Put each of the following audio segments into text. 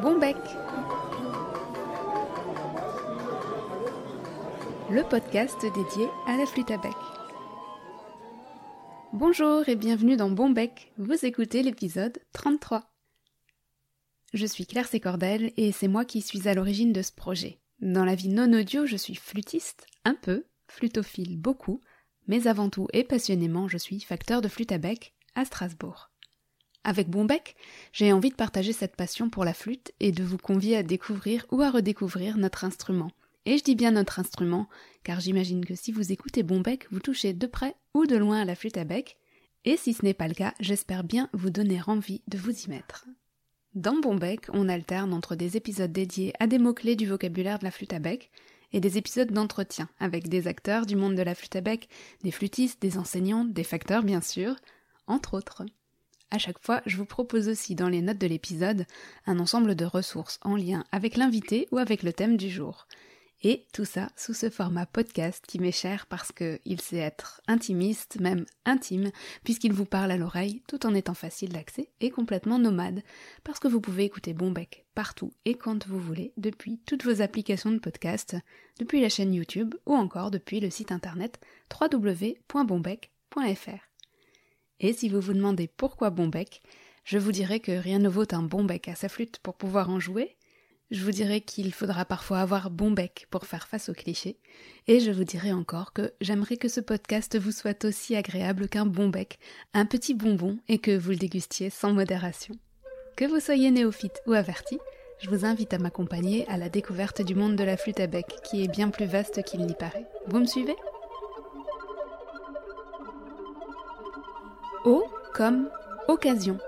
Bon Bec, le podcast dédié à la flûte à bec. Bonjour et bienvenue dans Bon Bec, vous écoutez l'épisode 33. Je suis Claire Sécordel et c'est moi qui suis à l'origine de ce projet. Dans la vie non audio, je suis flûtiste, un peu, flutophile beaucoup, mais avant tout et passionnément, je suis facteur de flûte à bec à Strasbourg. Avec Bon Bec, j'ai envie de partager cette passion pour la flûte et de vous convier à découvrir ou à redécouvrir notre instrument. Et je dis bien notre instrument, car j'imagine que si vous écoutez Bon Bec, vous touchez de près ou de loin à la flûte à bec, et si ce n'est pas le cas, j'espère bien vous donner envie de vous y mettre. Dans Bon Bec, on alterne entre des épisodes dédiés à des mots-clés du vocabulaire de la flûte à bec et des épisodes d'entretien avec des acteurs du monde de la flûte à bec, des flûtistes, des enseignants, des facteurs bien sûr, entre autres. À chaque fois, je vous propose aussi dans les notes de l'épisode un ensemble de ressources en lien avec l'invité ou avec le thème du jour. Et tout ça sous ce format podcast qui m'est cher parce qu'il sait être intimiste, même intime, puisqu'il vous parle à l'oreille tout en étant facile d'accès et complètement nomade, parce que vous pouvez écouter Bon Bec partout et quand vous voulez, depuis toutes vos applications de podcast, depuis la chaîne YouTube ou encore depuis le site internet www.bonbec.fr. Et si vous vous demandez pourquoi Bon Bec, je vous dirai que rien ne vaut un bon bec à sa flûte pour pouvoir en jouer. Je vous dirai qu'il faudra parfois avoir bon bec pour faire face aux clichés. Et je vous dirai encore que j'aimerais que ce podcast vous soit aussi agréable qu'un bon bec, un petit bonbon, et que vous le dégustiez sans modération. Que vous soyez néophyte ou averti, je vous invite à m'accompagner à la découverte du monde de la flûte à bec, qui est bien plus vaste qu'il n'y paraît. Vous me suivez ? O comme occasion.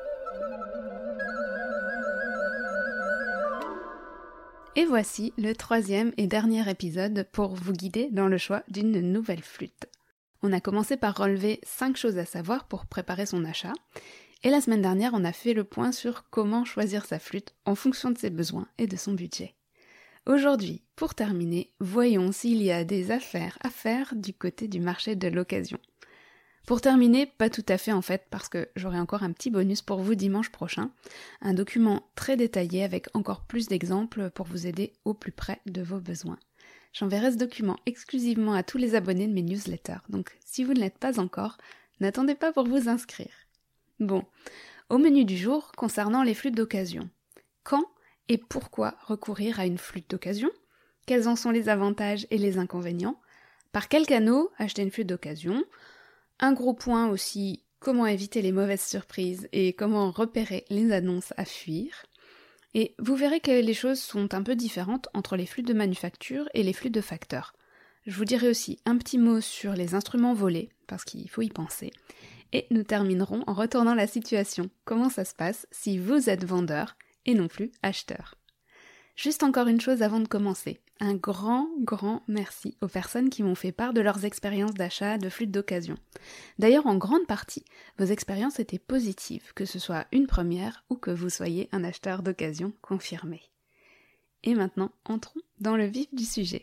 Et voici le troisième et dernier épisode pour vous guider dans le choix d'une nouvelle flûte. On a commencé par relever 5 choses à savoir pour préparer son achat, et la semaine dernière on a fait le point sur comment choisir sa flûte en fonction de ses besoins et de son budget. Aujourd'hui, pour terminer, voyons s'il y a des affaires à faire du côté du marché de l'occasion. Pour terminer, pas tout à fait en fait, parce que j'aurai encore un petit bonus pour vous dimanche prochain, un document très détaillé avec encore plus d'exemples pour vous aider au plus près de vos besoins. J'enverrai ce document exclusivement à tous les abonnés de mes newsletters, donc si vous ne l'êtes pas encore, n'attendez pas pour vous inscrire. Bon, au menu du jour, concernant les flûtes d'occasion. Quand et pourquoi recourir à une flûte d'occasion ? Quels en sont les avantages et les inconvénients ? Par quel canot acheter une flûte d'occasion ? Un gros point aussi, comment éviter les mauvaises surprises et comment repérer les annonces à fuir. Et vous verrez que les choses sont un peu différentes entre les flûtes de manufacture et les flûtes de facteur. Je vous dirai aussi un petit mot sur les instruments volés, parce qu'il faut y penser. Et nous terminerons en retournant la situation. Comment ça se passe si vous êtes vendeur et non plus acheteur. Juste encore une chose avant de commencer. Un grand merci aux personnes qui m'ont fait part de leurs expériences d'achat de flûtes d'occasion. D'ailleurs, en grande partie, vos expériences étaient positives, que ce soit une première ou que vous soyez un acheteur d'occasion confirmé. Et maintenant, entrons dans le vif du sujet.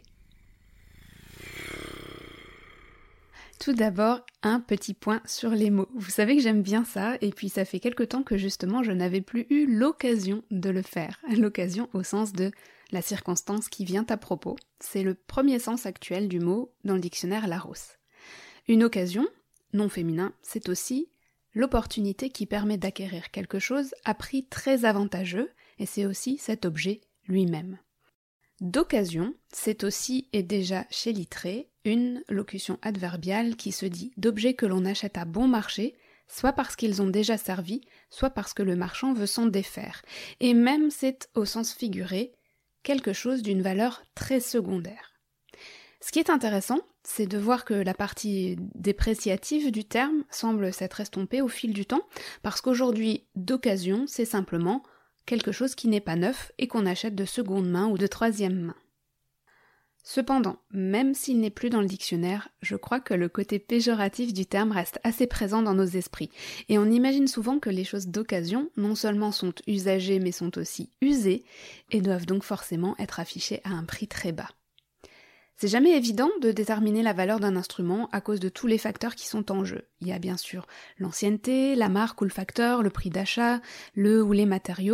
Tout d'abord, un petit point sur les mots. Vous savez que j'aime bien ça, et puis ça fait quelque temps que justement je n'avais plus eu l'occasion de le faire. L'occasion au sens de la circonstance qui vient à propos. C'est le premier sens actuel du mot dans le dictionnaire Larousse. Une occasion, non féminin, c'est aussi l'opportunité qui permet d'acquérir quelque chose à prix très avantageux, et c'est aussi cet objet lui-même. D'occasion, c'est aussi, et déjà chez Littré, une locution adverbiale qui se dit d'objets que l'on achète à bon marché, soit parce qu'ils ont déjà servi, soit parce que le marchand veut s'en défaire. Et même c'est, au sens figuré, quelque chose d'une valeur très secondaire. Ce qui est intéressant, c'est de voir que la partie dépréciative du terme semble s'être estompée au fil du temps, parce qu'aujourd'hui, d'occasion, c'est simplement quelque chose qui n'est pas neuf et qu'on achète de seconde main ou de troisième main. Cependant, même s'il n'est plus dans le dictionnaire, je crois que le côté péjoratif du terme reste assez présent dans nos esprits, et on imagine souvent que les choses d'occasion non seulement sont usagées mais sont aussi usées, et doivent donc forcément être affichées à un prix très bas. C'est jamais évident de déterminer la valeur d'un instrument à cause de tous les facteurs qui sont en jeu. Il y a bien sûr l'ancienneté, la marque ou le facteur, le prix d'achat, le ou les matériaux,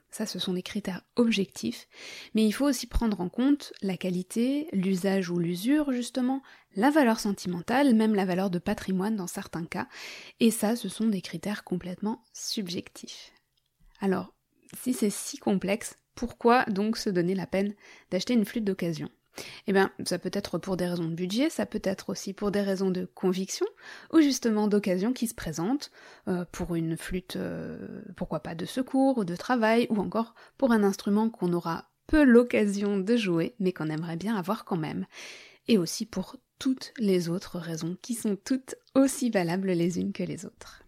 Ça, ce sont des critères objectifs, mais il faut aussi prendre en compte la qualité, l'usage ou l'usure, justement, la valeur sentimentale, même la valeur de patrimoine dans certains cas, et ça, ce sont des critères complètement subjectifs. Alors, si c'est si complexe, pourquoi donc se donner la peine d'acheter une flûte d'occasion ? Eh bien, ça peut être pour des raisons de budget, ça peut être aussi pour des raisons de conviction, ou justement d'occasion qui se présentent, pour une flûte, pourquoi pas de secours ou de travail, ou encore pour un instrument qu'on aura peu l'occasion de jouer, mais qu'on aimerait bien avoir quand même. Et aussi pour toutes les autres raisons qui sont toutes aussi valables les unes que les autres.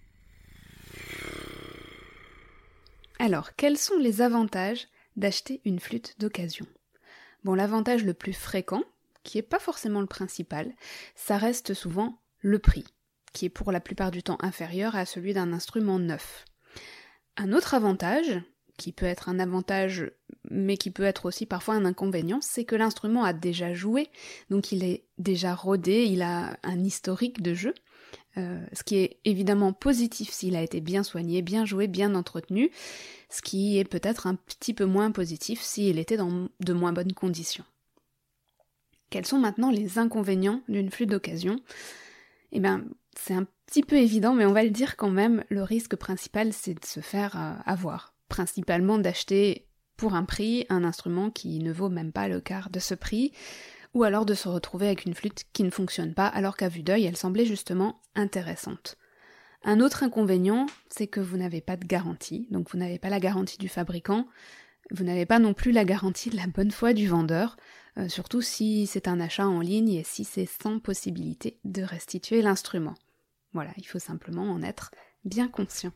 Alors, quels sont les avantages d'acheter une flûte d'occasion ? Bon, l'avantage le plus fréquent, qui n'est pas forcément le principal, ça reste souvent le prix, qui est pour la plupart du temps inférieur à celui d'un instrument neuf. Un autre avantage, qui peut être un avantage, mais qui peut être aussi parfois un inconvénient, c'est que l'instrument a déjà joué, donc il est déjà rodé, il a un historique de jeu, ce qui est évidemment positif s'il a été bien soigné, bien joué, bien entretenu, ce qui est peut-être un petit peu moins positif s'il était dans de moins bonnes conditions. Quels sont maintenant les inconvénients d'une flûte d'occasion ? Eh bien, c'est un petit peu évident, mais on va le dire quand même, le risque principal, c'est de se faire avoir. Principalement d'acheter pour un prix un instrument qui ne vaut même pas le quart de ce prix, ou alors de se retrouver avec une flûte qui ne fonctionne pas, alors qu'à vue d'œil, elle semblait justement intéressante. Un autre inconvénient, c'est que vous n'avez pas de garantie, donc vous n'avez pas la garantie du fabricant, vous n'avez pas non plus la garantie de la bonne foi du vendeur, surtout si c'est un achat en ligne et si c'est sans possibilité de restituer l'instrument. Voilà, il faut simplement en être bien conscient.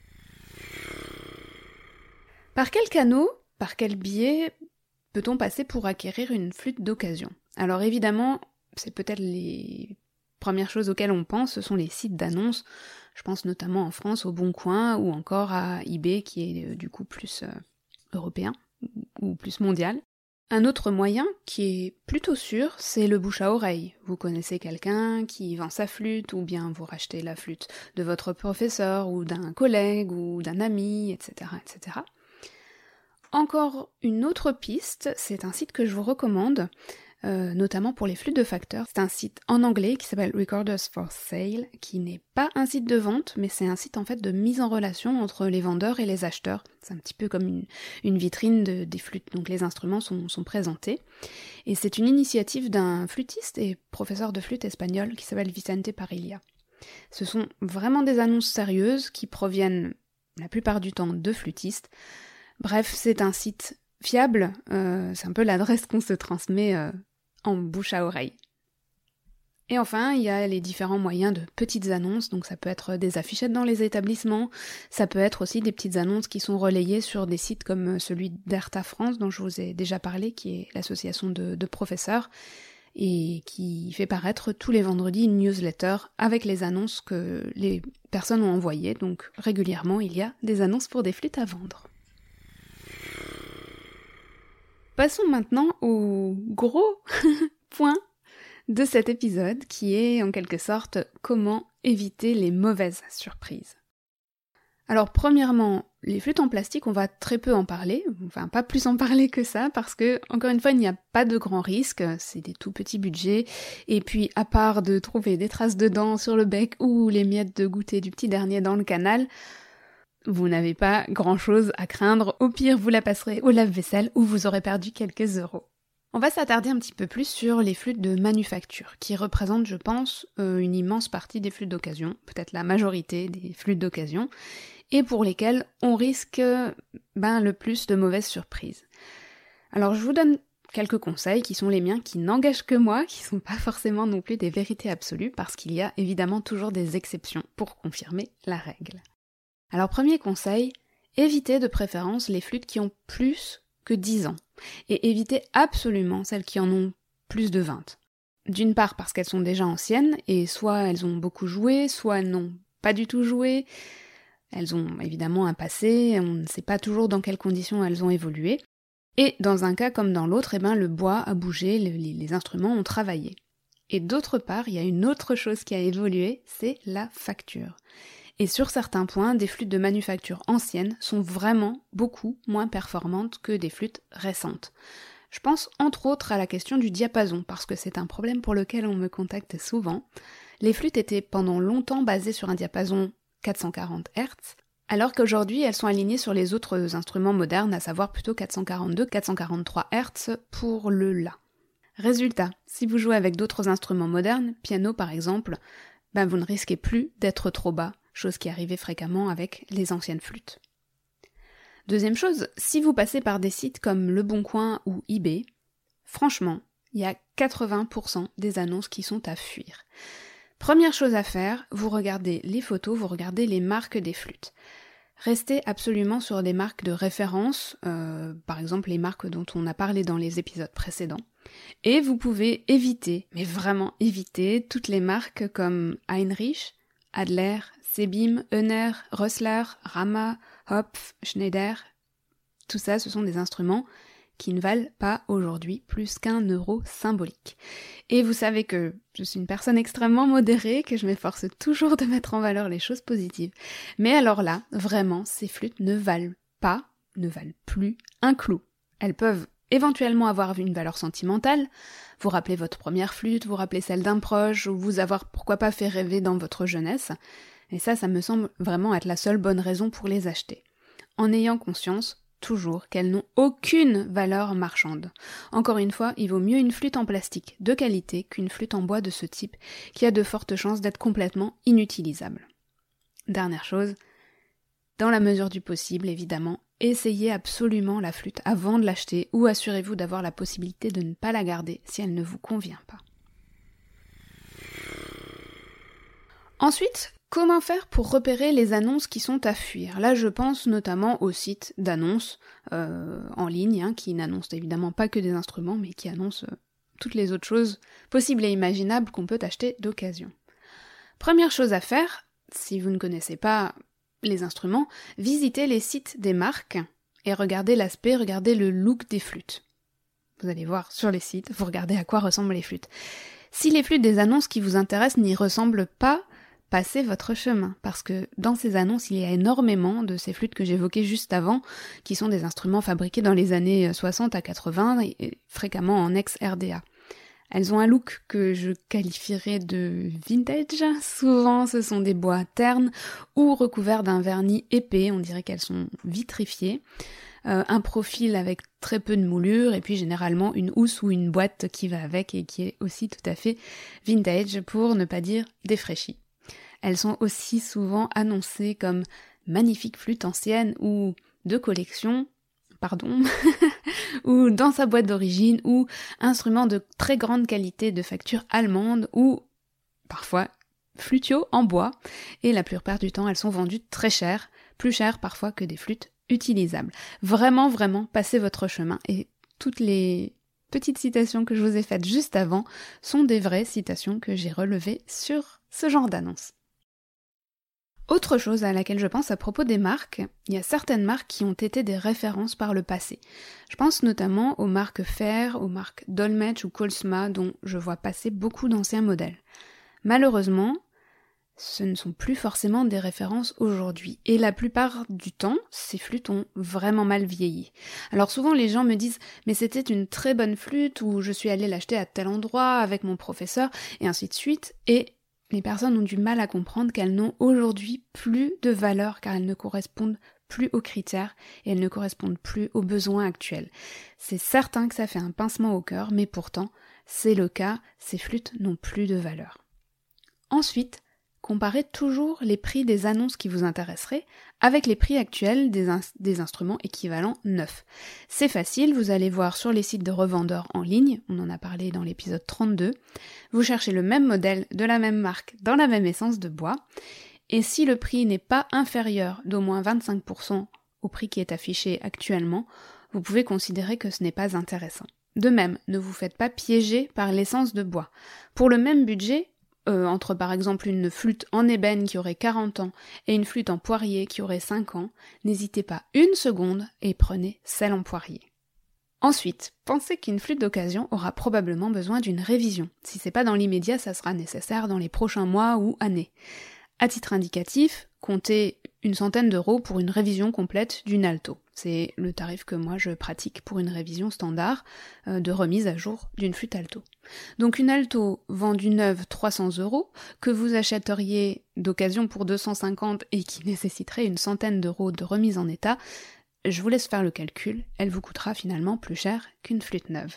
Par quel canot, par quel biais peut-on passer pour acquérir une flûte d'occasion ? Alors évidemment, c'est peut-être les premières choses auxquelles on pense, ce sont les sites d'annonces. Je pense notamment en France au Bon Coin ou encore à eBay qui est du coup plus européen ou plus mondial. Un autre moyen qui est plutôt sûr, c'est le bouche à oreille. Vous connaissez quelqu'un qui vend sa flûte ou bien vous rachetez la flûte de votre professeur ou d'un collègue ou d'un ami, etc., etc. Encore une autre piste, c'est un site que je vous recommande, notamment pour les flûtes de facteurs. C'est un site en anglais qui s'appelle Recorders for Sale, qui n'est pas un site de vente, mais c'est un site en fait de mise en relation entre les vendeurs et les acheteurs. C'est un petit peu comme une vitrine des flûtes, donc les instruments sont présentés. Et c'est une initiative d'un flûtiste et professeur de flûte espagnol qui s'appelle Vicente Parilla. Ce sont vraiment des annonces sérieuses qui proviennent la plupart du temps de flûtistes. Bref, c'est un site fiable, c'est un peu l'adresse qu'on se transmet en bouche à oreille. Et enfin, il y a les différents moyens de petites annonces, donc ça peut être des affichettes dans les établissements, ça peut être aussi des petites annonces qui sont relayées sur des sites comme celui d'Erta France, dont je vous ai déjà parlé, qui est l'association de professeurs, et qui fait paraître tous les vendredis une newsletter avec les annonces que les personnes ont envoyées, donc régulièrement il y a des annonces pour des flûtes à vendre. Passons maintenant au gros point de cet épisode qui est en quelque sorte comment éviter les mauvaises surprises. Alors premièrement, les flûtes en plastique, on va très peu en parler, enfin pas plus en parler que ça parce que, encore une fois, il n'y a pas de grands risques, c'est des tout petits budgets, et puis à part de trouver des traces de dents sur le bec ou les miettes de goûter du petit dernier dans le canal, vous n'avez pas grand-chose à craindre, au pire vous la passerez au lave-vaisselle ou vous aurez perdu quelques euros. On va s'attarder un petit peu plus sur les flûtes de manufacture, qui représentent, je pense, une immense partie des flûtes d'occasion, peut-être la majorité des flûtes d'occasion, et pour lesquelles on risque le plus de mauvaises surprises. Alors je vous donne quelques conseils qui sont les miens, qui n'engagent que moi, qui sont pas forcément non plus des vérités absolues, parce qu'il y a évidemment toujours des exceptions pour confirmer la règle. Alors premier conseil, évitez de préférence les flûtes qui ont plus que 10 ans, et évitez absolument celles qui en ont plus de 20. D'une part parce qu'elles sont déjà anciennes, et soit elles ont beaucoup joué, soit elles n'ont pas du tout joué, elles ont évidemment un passé, on ne sait pas toujours dans quelles conditions elles ont évolué, et dans un cas comme dans l'autre, le bois a bougé, les instruments ont travaillé. Et d'autre part, il y a une autre chose qui a évolué, c'est la facture. Et sur certains points, des flûtes de manufacture anciennes sont vraiment beaucoup moins performantes que des flûtes récentes. Je pense entre autres à la question du diapason, parce que c'est un problème pour lequel on me contacte souvent. Les flûtes étaient pendant longtemps basées sur un diapason 440 Hz, alors qu'aujourd'hui elles sont alignées sur les autres instruments modernes, à savoir plutôt 442-443 Hz pour le La. Résultat, si vous jouez avec d'autres instruments modernes, piano par exemple, vous ne risquez plus d'être trop bas, chose qui arrivait fréquemment avec les anciennes flûtes. Deuxième chose, si vous passez par des sites comme Le Bon Coin ou eBay, franchement, il y a 80% des annonces qui sont à fuir. Première chose à faire, vous regardez les photos, vous regardez les marques des flûtes. Restez absolument sur des marques de référence, par exemple les marques dont on a parlé dans les épisodes précédents. Et vous pouvez éviter, mais vraiment éviter, toutes les marques comme Heinrich, Adler, Sebim, Hohner, Rössler, Rama, Hopf, Schneider. Tout ça, ce sont des instruments qui ne valent pas aujourd'hui plus qu'1 euro symbolique. Et vous savez que je suis une personne extrêmement modérée, que je m'efforce toujours de mettre en valeur les choses positives. Mais alors là, vraiment, ces flûtes ne valent plus un clou. Elles peuvent éventuellement avoir une valeur sentimentale, vous rappelez votre première flûte, vous rappelez celle d'un proche, ou vous avoir pourquoi pas fait rêver dans votre jeunesse, et ça me semble vraiment être la seule bonne raison pour les acheter. En ayant conscience, toujours, qu'elles n'ont aucune valeur marchande. Encore une fois, il vaut mieux une flûte en plastique de qualité qu'une flûte en bois de ce type, qui a de fortes chances d'être complètement inutilisable. Dernière chose, dans la mesure du possible, évidemment, essayez absolument la flûte avant de l'acheter ou assurez-vous d'avoir la possibilité de ne pas la garder si elle ne vous convient pas. Ensuite, comment faire pour repérer les annonces qui sont à fuir ? Là, je pense notamment aux sites d'annonces en ligne, qui n'annoncent évidemment pas que des instruments, mais qui annoncent toutes les autres choses possibles et imaginables qu'on peut acheter d'occasion. Première chose à faire, si vous ne connaissez pas les instruments, visitez les sites des marques et regardez l'aspect, regardez le look des flûtes. Vous allez voir sur les sites, vous regardez à quoi ressemblent les flûtes. Si les flûtes des annonces qui vous intéressent n'y ressemblent pas, passez votre chemin, parce que dans ces annonces, il y a énormément de ces flûtes que j'évoquais juste avant, qui sont des instruments fabriqués dans les années 60 à 80 et fréquemment en ex-RDA. Elles ont un look que je qualifierais de vintage. Souvent, ce sont des bois ternes ou recouverts d'un vernis épais. On dirait qu'elles sont vitrifiées. Un profil avec très peu de moulure et puis généralement une housse ou une boîte qui va avec et qui est aussi tout à fait vintage pour ne pas dire défraîchie. Elles sont aussi souvent annoncées comme magnifiques flûtes anciennes ou de collection, ou dans sa boîte d'origine, ou instruments de très grande qualité de facture allemande, ou parfois flutio en bois, et la plupart du temps elles sont vendues très cher, plus cher parfois que des flûtes utilisables. Vraiment, passez votre chemin, et toutes les petites citations que je vous ai faites juste avant sont des vraies citations que j'ai relevées sur ce genre d'annonce. Autre chose à laquelle je pense à propos des marques, il y a certaines marques qui ont été des références par le passé. Je pense notamment aux marques Fair, aux marques Dolmetsch ou Kolsma dont je vois passer beaucoup d'anciens modèles. Malheureusement, ce ne sont plus forcément des références aujourd'hui. Et la plupart du temps, ces flûtes ont vraiment mal vieilli. Alors souvent les gens me disent « mais c'était une très bonne flûte » ou « je suis allée l'acheter à tel endroit avec mon professeur » et ainsi de suite. Et les personnes ont du mal à comprendre qu'elles n'ont aujourd'hui plus de valeur car elles ne correspondent plus aux critères et elles ne correspondent plus aux besoins actuels. C'est certain que ça fait un pincement au cœur, mais pourtant, c'est le cas, ces flûtes n'ont plus de valeur. Ensuite, comparez toujours les prix des annonces qui vous intéresseraient avec les prix actuels des instruments équivalents neufs. C'est facile, vous allez voir sur les sites de revendeurs en ligne, on en a parlé dans l'épisode 32, vous cherchez le même modèle de la même marque dans la même essence de bois, et si le prix n'est pas inférieur d'au moins 25% au prix qui est affiché actuellement, vous pouvez considérer que ce n'est pas intéressant. De même, ne vous faites pas piéger par l'essence de bois. Pour le même budget, entre par exemple une flûte en ébène qui aurait 40 ans et une flûte en poirier qui aurait 5 ans, n'hésitez pas une seconde et prenez celle en poirier. Ensuite, pensez qu'une flûte d'occasion aura probablement besoin d'une révision. Si c'est pas dans l'immédiat, ça sera nécessaire dans les prochains mois ou années. À titre indicatif, comptez une centaine d'euros pour une révision complète d'une alto. C'est le tarif que moi je pratique pour une révision standard de remise à jour d'une flûte alto. Donc une alto vendue neuve 300 euros, que vous achèteriez d'occasion pour 250 et qui nécessiterait une centaine d'euros de remise en état, je vous laisse faire le calcul, elle vous coûtera finalement plus cher qu'une flûte neuve.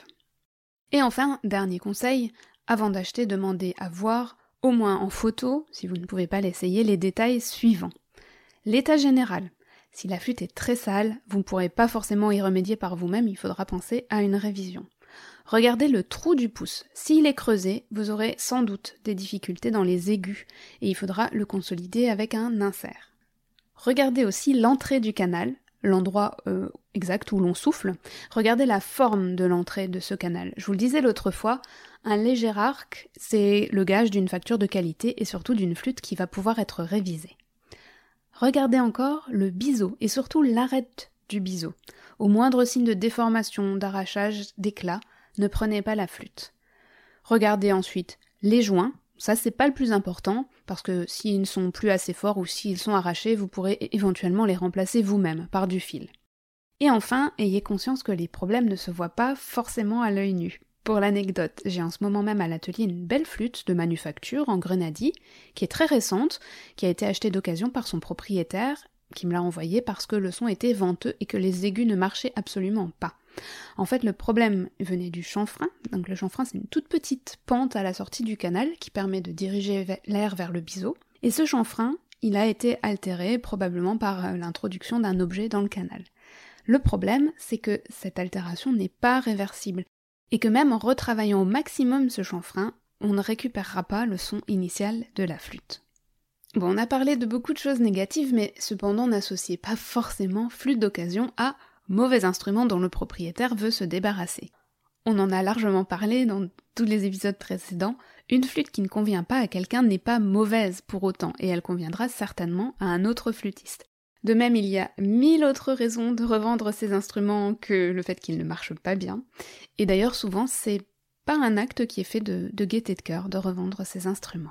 Et enfin, dernier conseil, avant d'acheter, demandez à voir, au moins en photo, si vous ne pouvez pas l'essayer, les détails suivants. L'état général. Si la flûte est très sale, vous ne pourrez pas forcément y remédier par vous-même, il faudra penser à une révision. Regardez le trou du pouce. S'il est creusé, vous aurez sans doute des difficultés dans les aigus, et il faudra le consolider avec un insert. Regardez aussi l'entrée du canal, l'endroit exact où l'on souffle. Regardez la forme de l'entrée de ce canal. Je vous le disais l'autre fois, un léger arc, c'est le gage d'une facture de qualité et surtout d'une flûte qui va pouvoir être révisée. Regardez encore le biseau et surtout l'arête du biseau. Au moindre signe de déformation, d'arrachage, d'éclat, ne prenez pas la flûte. Regardez ensuite les joints. Ça, c'est pas le plus important, parce que s'ils ne sont plus assez forts ou s'ils sont arrachés, vous pourrez éventuellement les remplacer vous-même par du fil. Et enfin, ayez conscience que les problèmes ne se voient pas forcément à l'œil nu. Pour l'anecdote, j'ai en ce moment même à l'atelier une belle flûte de manufacture en grenadie, qui est très récente, qui a été achetée d'occasion par son propriétaire, qui me l'a envoyée parce que le son était venteux et que les aigus ne marchaient absolument pas. En fait, le problème venait du chanfrein. Donc le chanfrein, c'est une toute petite pente à la sortie du canal qui permet de diriger l'air vers le biseau. Et ce chanfrein, il a été altéré probablement par l'introduction d'un objet dans le canal. Le problème, c'est que cette altération n'est pas réversible et que même en retravaillant au maximum ce chanfrein, on ne récupérera pas le son initial de la flûte. Bon, on a parlé de beaucoup de choses négatives, mais cependant n'associez pas forcément flûte d'occasion à mauvais instrument dont le propriétaire veut se débarrasser. On en a largement parlé dans tous les épisodes précédents, une flûte qui ne convient pas à quelqu'un n'est pas mauvaise pour autant, et elle conviendra certainement à un autre flûtiste. De même, il y a 1000 autres raisons de revendre ces instruments que le fait qu'ils ne marchent pas bien, et d'ailleurs souvent c'est pas un acte qui est fait de gaieté de cœur de revendre ces instruments.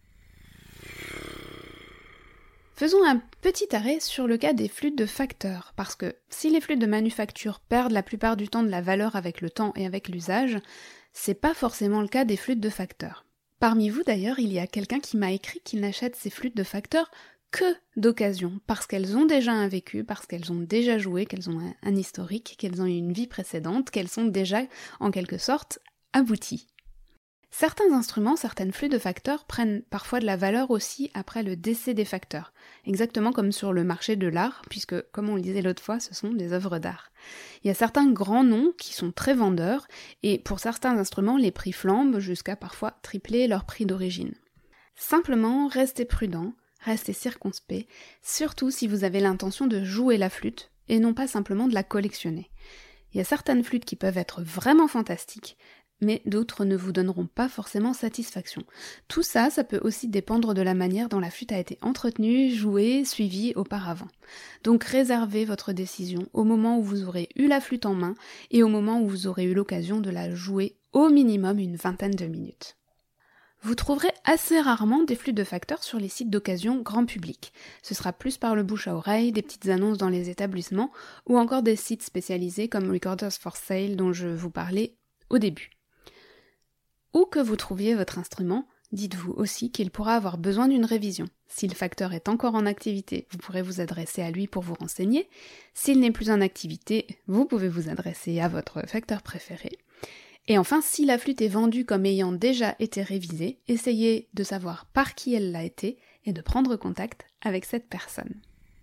Faisons un petit arrêt sur le cas des flûtes de facteur, parce que si les flûtes de manufacture perdent la plupart du temps de la valeur avec le temps et avec l'usage, c'est pas forcément le cas des flûtes de facteur. Parmi vous d'ailleurs, il y a quelqu'un qui m'a écrit qu'il n'achète ces flûtes de facteur que d'occasion, parce qu'elles ont déjà un vécu, parce qu'elles ont déjà joué, qu'elles ont un historique, qu'elles ont eu une vie précédente, qu'elles sont déjà, en quelque sorte, abouties. Certains instruments, certaines flûtes de facteur prennent parfois de la valeur aussi après le décès des facteurs, exactement comme sur le marché de l'art, puisque, comme on le disait l'autre fois, ce sont des œuvres d'art. Il y a certains grands noms qui sont très vendeurs, et pour certains instruments, les prix flambent jusqu'à parfois tripler leur prix d'origine. Simplement, restez prudent, restez circonspect, surtout si vous avez l'intention de jouer la flûte, et non pas simplement de la collectionner. Il y a certaines flûtes qui peuvent être vraiment fantastiques, mais d'autres ne vous donneront pas forcément satisfaction. Tout ça, ça peut aussi dépendre de la manière dont la flûte a été entretenue, jouée, suivie auparavant. Donc réservez votre décision au moment où vous aurez eu la flûte en main et au moment où vous aurez eu l'occasion de la jouer au minimum une vingtaine de minutes. Vous trouverez assez rarement des flûtes de facteur sur les sites d'occasion grand public. Ce sera plus par le bouche à oreille, des petites annonces dans les établissements ou encore des sites spécialisés comme Recorders for Sale dont je vous parlais au début. Où que vous trouviez votre instrument, dites-vous aussi qu'il pourra avoir besoin d'une révision. Si le facteur est encore en activité, vous pourrez vous adresser à lui pour vous renseigner. S'il n'est plus en activité, vous pouvez vous adresser à votre facteur préféré. Et enfin, si la flûte est vendue comme ayant déjà été révisée, essayez de savoir par qui elle l'a été et de prendre contact avec cette personne.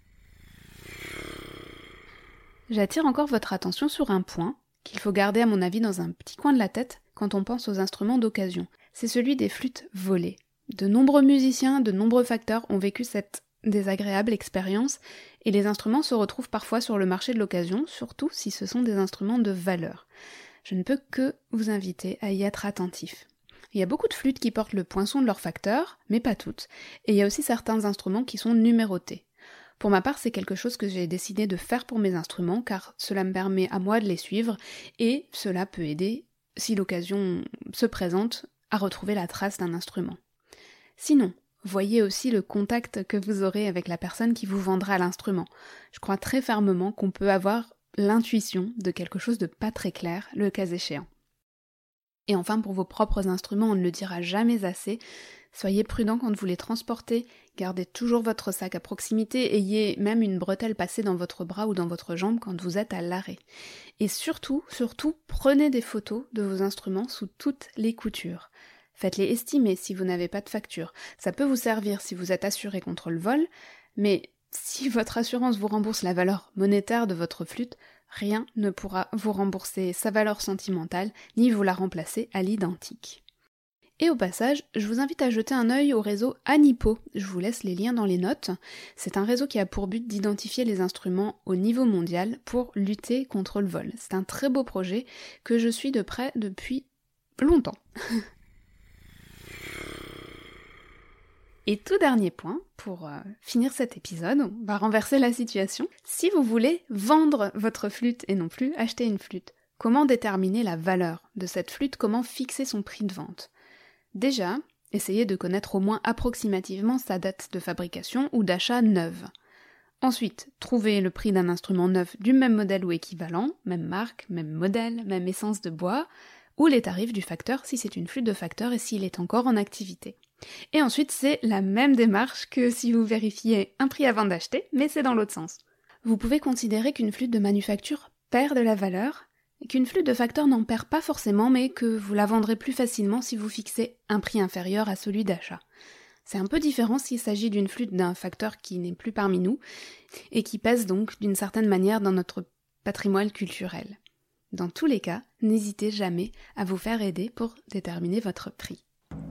J'attire encore votre attention sur un point qu'il faut garder à mon avis dans un petit coin de la tête quand on pense aux instruments d'occasion. C'est celui des flûtes volées. De nombreux musiciens, de nombreux facteurs ont vécu cette désagréable expérience et les instruments se retrouvent parfois sur le marché de l'occasion, surtout si ce sont des instruments de valeur. Je ne peux que vous inviter à y être attentif. Il y a beaucoup de flûtes qui portent le poinçon de leur facteur, mais pas toutes, et il y a aussi certains instruments qui sont numérotés. Pour ma part, c'est quelque chose que j'ai décidé de faire pour mes instruments, car cela me permet à moi de les suivre, et cela peut aider, si l'occasion se présente, à retrouver la trace d'un instrument. Sinon, voyez aussi le contact que vous aurez avec la personne qui vous vendra l'instrument. Je crois très fermement qu'on peut avoir l'intuition de quelque chose de pas très clair, le cas échéant. Et enfin, pour vos propres instruments, on ne le dira jamais assez, soyez prudent quand vous les transportez, gardez toujours votre sac à proximité, ayez même une bretelle passée dans votre bras ou dans votre jambe quand vous êtes à l'arrêt. Et surtout, prenez des photos de vos instruments sous toutes les coutures. Faites-les estimer si vous n'avez pas de facture. Ça peut vous servir si vous êtes assuré contre le vol, mais si votre assurance vous rembourse la valeur monétaire de votre flûte, rien ne pourra vous rembourser sa valeur sentimentale, ni vous la remplacer à l'identique. Et au passage, je vous invite à jeter un œil au réseau Anipo. Je vous laisse les liens dans les notes. C'est un réseau qui a pour but d'identifier les instruments au niveau mondial pour lutter contre le vol. C'est un très beau projet que je suis de près depuis longtemps. Et tout dernier point, pour finir cet épisode, on va renverser la situation. Si vous voulez vendre votre flûte et non plus acheter une flûte, comment déterminer la valeur de cette flûte? Comment fixer son prix de vente? Déjà, essayez de connaître au moins approximativement sa date de fabrication ou d'achat neuve. Ensuite, trouvez le prix d'un instrument neuf du même modèle ou équivalent, même marque, même modèle, même essence de bois, ou les tarifs du facteur si c'est une flûte de facteur et s'il est encore en activité. Et ensuite, c'est la même démarche que si vous vérifiez un prix avant d'acheter, mais c'est dans l'autre sens. Vous pouvez considérer qu'une flûte de manufacture perd de la valeur, et qu'une flûte de facteur n'en perd pas forcément, mais que vous la vendrez plus facilement si vous fixez un prix inférieur à celui d'achat. C'est un peu différent s'il s'agit d'une flûte d'un facteur qui n'est plus parmi nous, et qui pèse donc d'une certaine manière dans notre patrimoine culturel. Dans tous les cas, n'hésitez jamais à vous faire aider pour déterminer votre prix.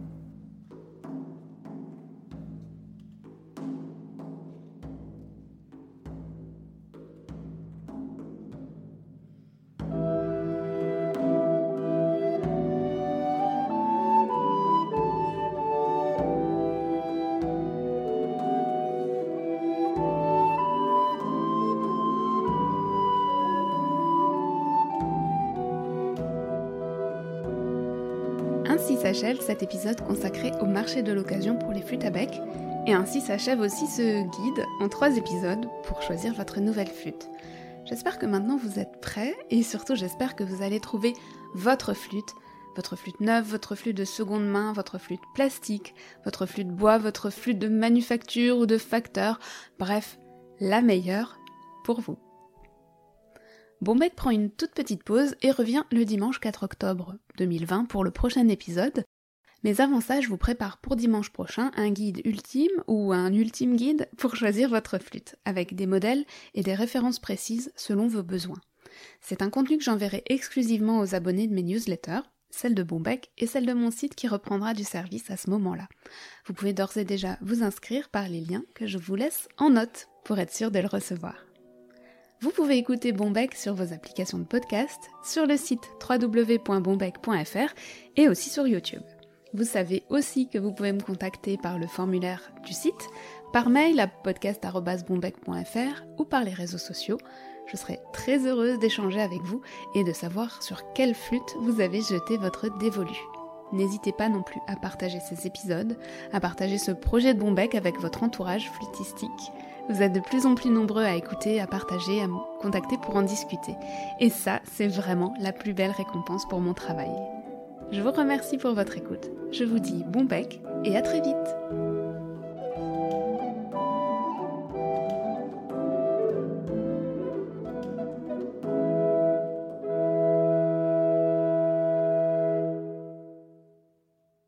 Ainsi s'achève cet épisode consacré au marché de l'occasion pour les flûtes à bec, et ainsi s'achève aussi ce guide en 3 épisodes pour choisir votre nouvelle flûte. J'espère que maintenant vous êtes prêts, et surtout j'espère que vous allez trouver votre flûte neuve, votre flûte de seconde main, votre flûte plastique, votre flûte bois, votre flûte de manufacture ou de facteur, bref, la meilleure pour vous. Bombec prend une toute petite pause et revient le dimanche 4 octobre 2020 pour le prochain épisode. Mais avant ça, je vous prépare pour dimanche prochain un guide ultime ou un ultime guide pour choisir votre flûte, avec des modèles et des références précises selon vos besoins. C'est un contenu que j'enverrai exclusivement aux abonnés de mes newsletters, celle de Bombec et celle de mon site qui reprendra du service à ce moment-là. Vous pouvez d'ores et déjà vous inscrire par les liens que je vous laisse en note pour être sûr de le recevoir. Vous pouvez écouter Bombec sur vos applications de podcast, sur le site www.bombec.fr et aussi sur YouTube. Vous savez aussi que vous pouvez me contacter par le formulaire du site, par mail à podcast@bombec.fr ou par les réseaux sociaux. Je serai très heureuse d'échanger avec vous et de savoir sur quelle flûte vous avez jeté votre dévolu. N'hésitez pas non plus à partager ces épisodes, à partager ce projet de Bombec avec votre entourage flûtistique. Vous êtes de plus en plus nombreux à écouter, à partager, à me contacter pour en discuter. Et ça, c'est vraiment la plus belle récompense pour mon travail. Je vous remercie pour votre écoute. Je vous dis bon bec et à très vite.